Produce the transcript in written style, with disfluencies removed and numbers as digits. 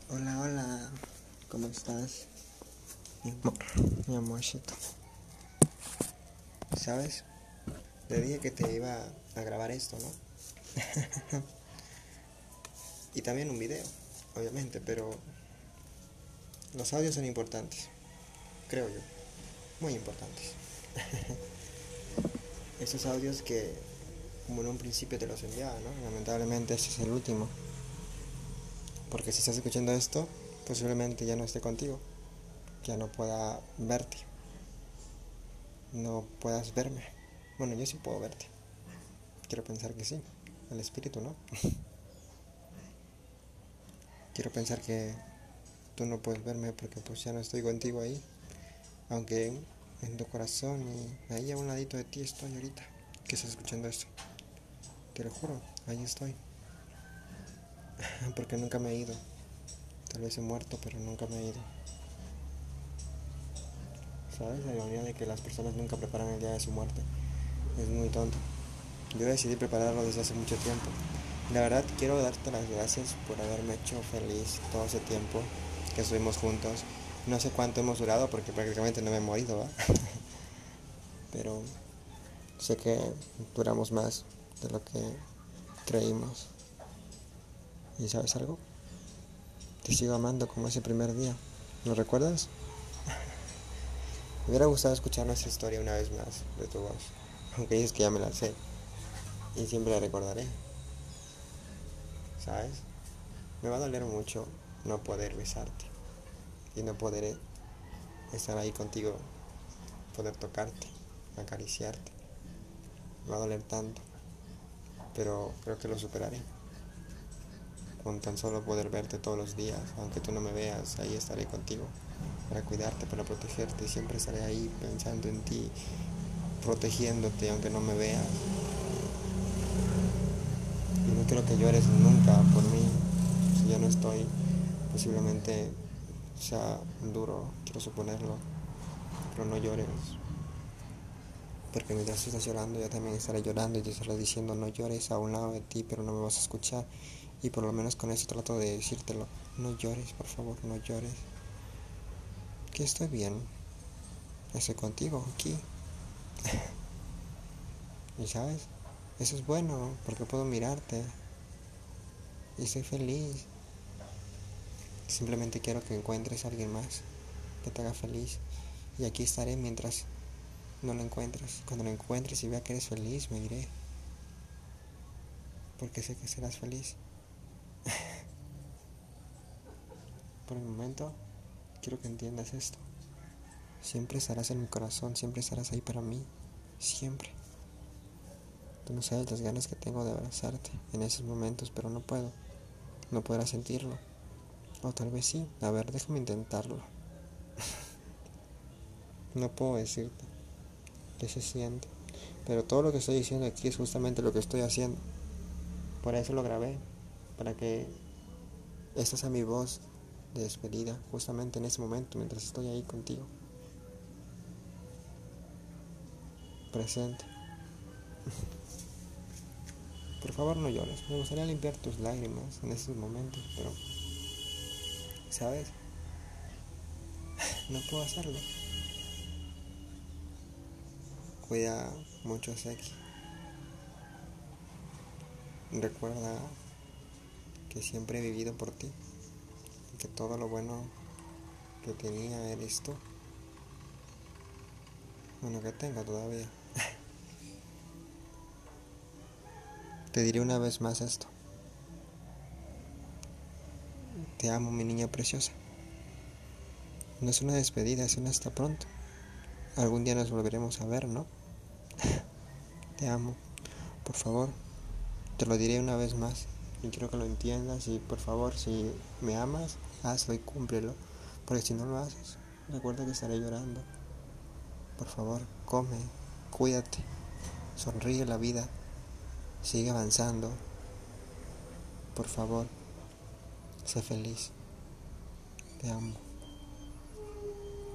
Hola, hola, ¿cómo estás? Mi amor, mi amorcito. ¿Sabes? Te dije que te iba a grabar esto, ¿no? Y también un video, obviamente, pero los audios son importantes, creo yo, muy importantes. Esos audios que, como en un principio te los enviaba, ¿no? Lamentablemente este es el último, porque si estás escuchando esto, posiblemente ya no esté contigo, ya no pueda verte, no puedas verme. Bueno, yo sí puedo verte. Quiero pensar que sí, el espíritu, ¿no? Quiero pensar que tú no puedes verme porque pues ya no estoy contigo ahí, aunque en tu corazón y ahí a un ladito de ti estoy ahorita, que estás escuchando esto. Te lo juro, ahí estoy, porque nunca me he ido. Tal vez he muerto, pero nunca me he ido. ¿Sabes? La ironía de que las personas nunca preparan el día de su muerte es muy tonto. Yo decidí prepararlo desde hace mucho tiempo. La verdad quiero darte las gracias por haberme hecho feliz todo ese tiempo que estuvimos juntos. No sé cuánto hemos durado porque prácticamente no me he morido, ¿va? Pero sé que duramos más de lo que creímos. ¿Y sabes algo? Te sigo amando como ese primer día. ¿Lo recuerdas? Me hubiera gustado escuchar nuestra historia una vez más de tu voz. Aunque dices que ya me la sé. Y siempre la recordaré. ¿Sabes? Me va a doler mucho no poder besarte. Y no poder estar ahí contigo. Poder tocarte. Acariciarte. Me va a doler tanto. Pero creo que lo superaré. Con tan solo poder verte todos los días, aunque tú no me veas, ahí estaré contigo para cuidarte, para protegerte. Siempre estaré ahí pensando en ti, protegiéndote aunque no me veas. Y no quiero que llores nunca por mí. Si yo no estoy, posiblemente sea duro, quiero suponerlo, pero no llores. Porque mientras tú estás llorando, yo también estaré llorando y te estaré diciendo no llores a un lado de ti, pero no me vas a escuchar. Y por lo menos con eso trato de decírtelo. No llores, por favor, no llores. Que estoy bien. Estoy contigo aquí. Y sabes, eso es bueno porque puedo mirarte y estoy feliz. Simplemente quiero que encuentres a alguien más que te haga feliz. Y aquí estaré mientras no lo encuentres. Cuando lo encuentres y vea que eres feliz, me iré. Porque sé que serás feliz. Por el momento, quiero que entiendas esto. Siempre estarás en mi corazón, siempre estarás ahí para mí. Siempre. Tú no sabes las ganas que tengo de abrazarte en esos momentos, pero no puedo. No podrás sentirlo. O tal vez sí. A ver, déjame intentarlo. No puedo decirte qué se siente. Pero todo lo que estoy diciendo aquí es justamente lo que estoy haciendo. Por eso lo grabé. Para que esta sea mi voz de despedida. Justamente en ese momento, mientras estoy ahí contigo. Presente. Por favor no llores. Me gustaría limpiar tus lágrimas en esos momentos. Pero, ¿sabes? No puedo hacerlo. Cuida mucho a Seki. Recuerda que siempre he vivido por ti. Y que todo lo bueno que tenía eres tú. Bueno, que tengo todavía. Te diré una vez más esto. Te amo, mi niña preciosa. No es una despedida, es un hasta pronto. Algún día nos volveremos a ver, ¿no? Te amo. Por favor, te lo diré una vez más. Y quiero que lo entiendas. Y por favor, si me amas, hazlo y cúmplelo. Porque si no lo haces, recuerda que estaré llorando. Por favor, come, cuídate, sonríe la vida, sigue avanzando. Por favor, sé feliz. Te amo.